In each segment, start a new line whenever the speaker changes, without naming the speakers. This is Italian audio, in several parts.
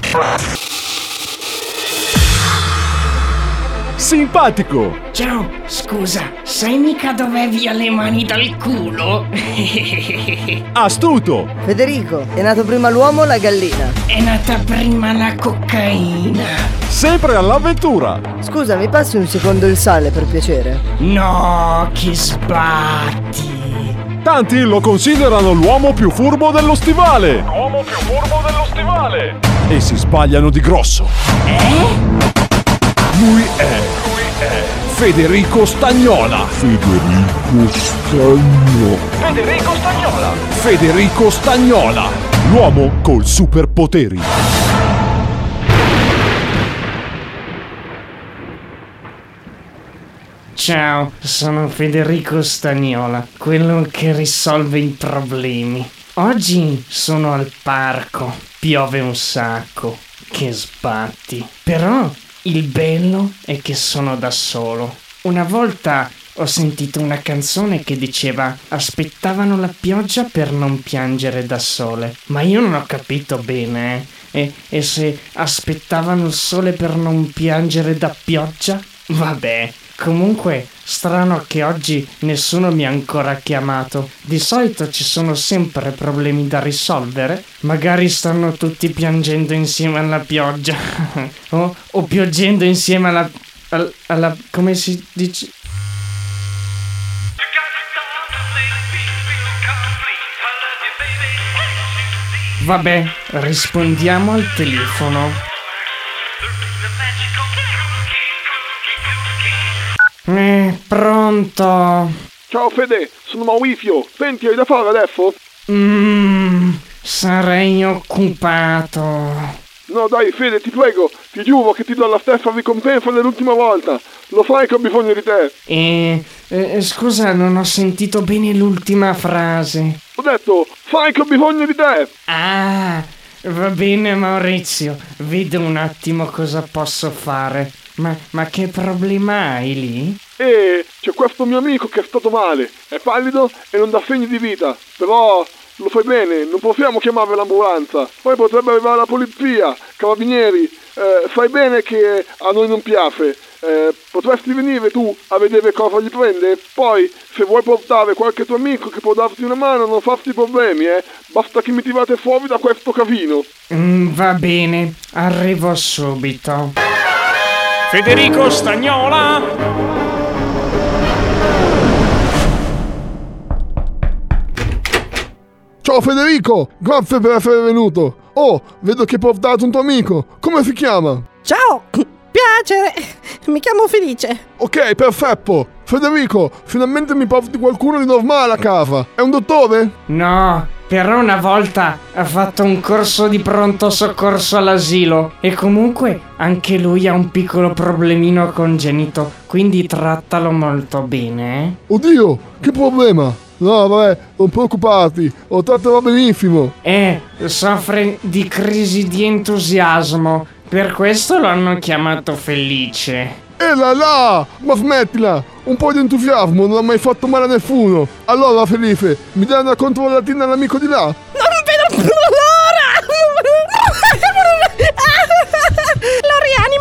Simpatico!
Ciao, scusa, sai mica dov'è via le mani dal culo?
Astuto!
Federico, è nato prima l'uomo o la gallina?
È nata prima la cocaina.
Sempre all'avventura!
Scusa, mi passi un secondo il sale per piacere?
No, che sbatti.
Tanti lo considerano l'uomo più furbo dello stivale! L'uomo più furbo dello stivale! E si sbagliano di grosso! Lui è Federico Stagnola! Federico Stagnola! L'uomo col superpoteri!
Ciao, sono Federico Stagnola, quello che risolve i problemi. Oggi sono al parco, piove un sacco, che sbatti. Però il bello è che sono da solo. Una volta ho sentito una canzone che diceva aspettavano la pioggia per non piangere da sole, ma io non ho capito bene, E se aspettavano il sole per non piangere da pioggia? Vabbè, comunque strano che oggi nessuno mi ha ancora chiamato. Di solito ci sono sempre problemi da risolvere. Magari stanno tutti piangendo insieme alla pioggia o piogendo insieme alla come si dice? Vabbè, rispondiamo al telefono. Pronto?
Ciao Fede, sono Maurizio. Senti, hai da fare adesso?
Sarei occupato.
No dai Fede, ti prego, ti giuro che ti do la stessa ricompensa dell'ultima volta. Lo sai che ho bisogno di te.
Scusa, non ho sentito bene l'ultima frase.
Ho detto, sai che ho bisogno di te.
Ah, va bene Maurizio, vedo un attimo cosa posso fare. Ma che problema hai lì?
C'è questo mio amico che è stato male, è pallido e non dà segni di vita, però lo fai bene, non possiamo chiamare l'ambulanza, poi potrebbe arrivare la polizia, carabinieri, sai bene che a noi non piace, potresti venire tu a vedere cosa gli prende? Poi se vuoi portare qualche tuo amico che può darti una mano non farti problemi, basta che mi tirate fuori da questo casino.
Va bene, arrivo subito.
Federico Stagnola!
Ciao Federico, grazie per essere venuto. Oh, vedo che hai portato un tuo amico. Come si chiama?
Ciao, piacere, mi chiamo Felice.
Ok, perfetto. Federico, finalmente mi porti qualcuno di normale a casa. È un dottore?
No, però una volta ha fatto un corso di pronto soccorso all'asilo e comunque anche lui ha un piccolo problemino congenito, quindi trattalo molto bene.
Oddio, che problema? No, vabbè, non preoccuparti, lo tratterò benissimo.
Soffre di crisi di entusiasmo, per questo lo hanno chiamato Felice.
Là, ma smettila! Un po' di entusiasmo non ha mai fatto male a nessuno. Allora, Felice, mi dai una controllatina all'amico di là?
Non vedo più l'ora! Lo rianimo!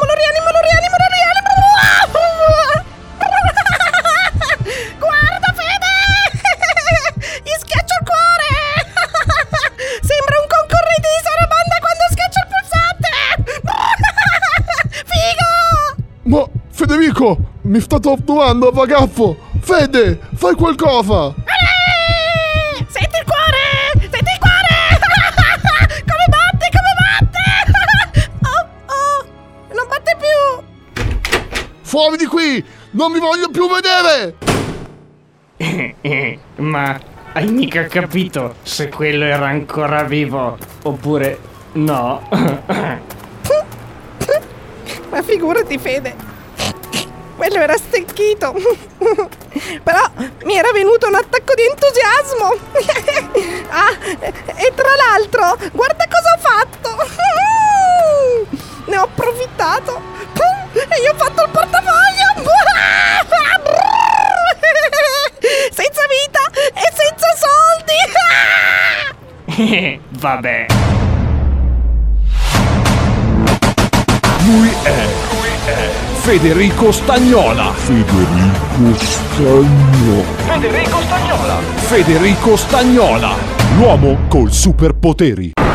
Guarda, Fede! Gli schiaccio il cuore! Sembra un concorrente di Sarabanda quando schiaccia il pulsante! Figo!
Ma, Federico, mi sta torturando, ragazzo! Fede, fai qualcosa!
Senti il cuore! Come batte! Oh, non batte più!
Fuori di qui! Non mi voglio più vedere!
Ma hai mica capito se quello era ancora vivo oppure no?
Ma figurati, Fede, quello era stecchito. Però mi era venuto un attacco di entusiasmo. E tra l'altro, guarda cosa ho fatto. Ne ho approfittato e gli ho fatto il portafoglio. Senza vita e senza soldi.
Vabbè.
Federico Stagnola. Federico Stagnola, l'uomo col superpoteri.